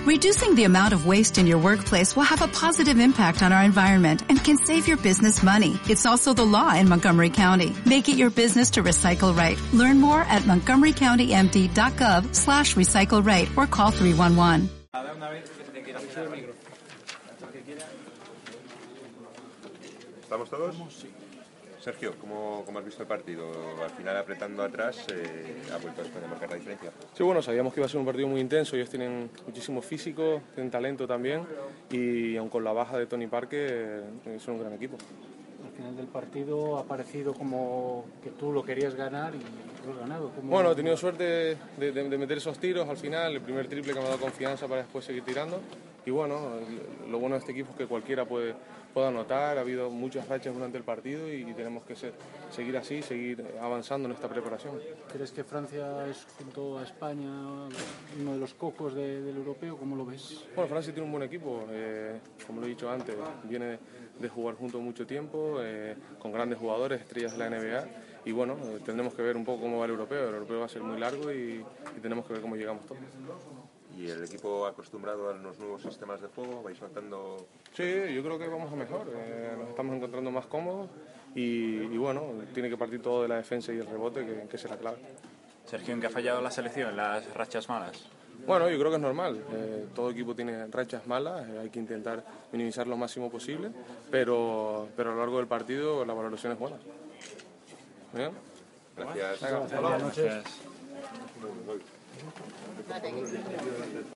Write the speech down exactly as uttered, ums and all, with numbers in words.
Reducing the amount of waste in your workplace will have a positive impact on our environment and can save your business money. It's also the law in Montgomery County. Make it your business to recycle right. Learn more at montgomery county m d dot gov slash recycle right or call three one one. ¿Estamos todos? Sergio, ¿cómo, ¿cómo has visto el partido? Al final, apretando atrás, eh, ha vuelto a España a marcar la diferencia. Sí, bueno, sabíamos que iba a ser un partido muy intenso. Ellos tienen muchísimo físico, tienen talento también, y aun con la baja de Tony Parker, eh, son un gran equipo. Al final del partido ha parecido como que tú lo querías ganar y lo has ganado. ¿Cómo... Bueno, he tenido suerte de, de, de meter esos tiros al final, el primer triple que me ha dado confianza para después seguir tirando. Y bueno, lo bueno de este equipo es que cualquiera puede, puede anotar. Ha habido muchas rachas durante el partido y tenemos que ser, seguir así, seguir avanzando en esta preparación. ¿Crees que Francia es, junto a España, uno de los cocos de, del europeo? ¿Cómo lo ves? Bueno, Francia tiene un buen equipo, eh, como lo he dicho antes, viene de jugar juntos mucho tiempo, eh, con grandes jugadores, estrellas de la N B A, y bueno, eh, tendremos que ver un poco cómo va el europeo. El europeo va a ser muy largo y, y tenemos que ver cómo llegamos todos. ¿Y el equipo acostumbrado a los nuevos sistemas de juego? ¿Vais notando...? Sí, yo creo que vamos a mejor, eh, nos estamos encontrando más cómodos y, y bueno, tiene que partir todo de la defensa y el rebote, que, que será clave. Sergio, ¿en qué ha fallado la selección? ¿Las rachas malas? Bueno, yo creo que es normal, eh, todo equipo tiene rachas malas, eh, hay que intentar minimizar lo máximo posible, pero, pero a lo largo del partido la valoración es buena. ¿Bien? Gracias. Venga, Buenas noches. Gracias.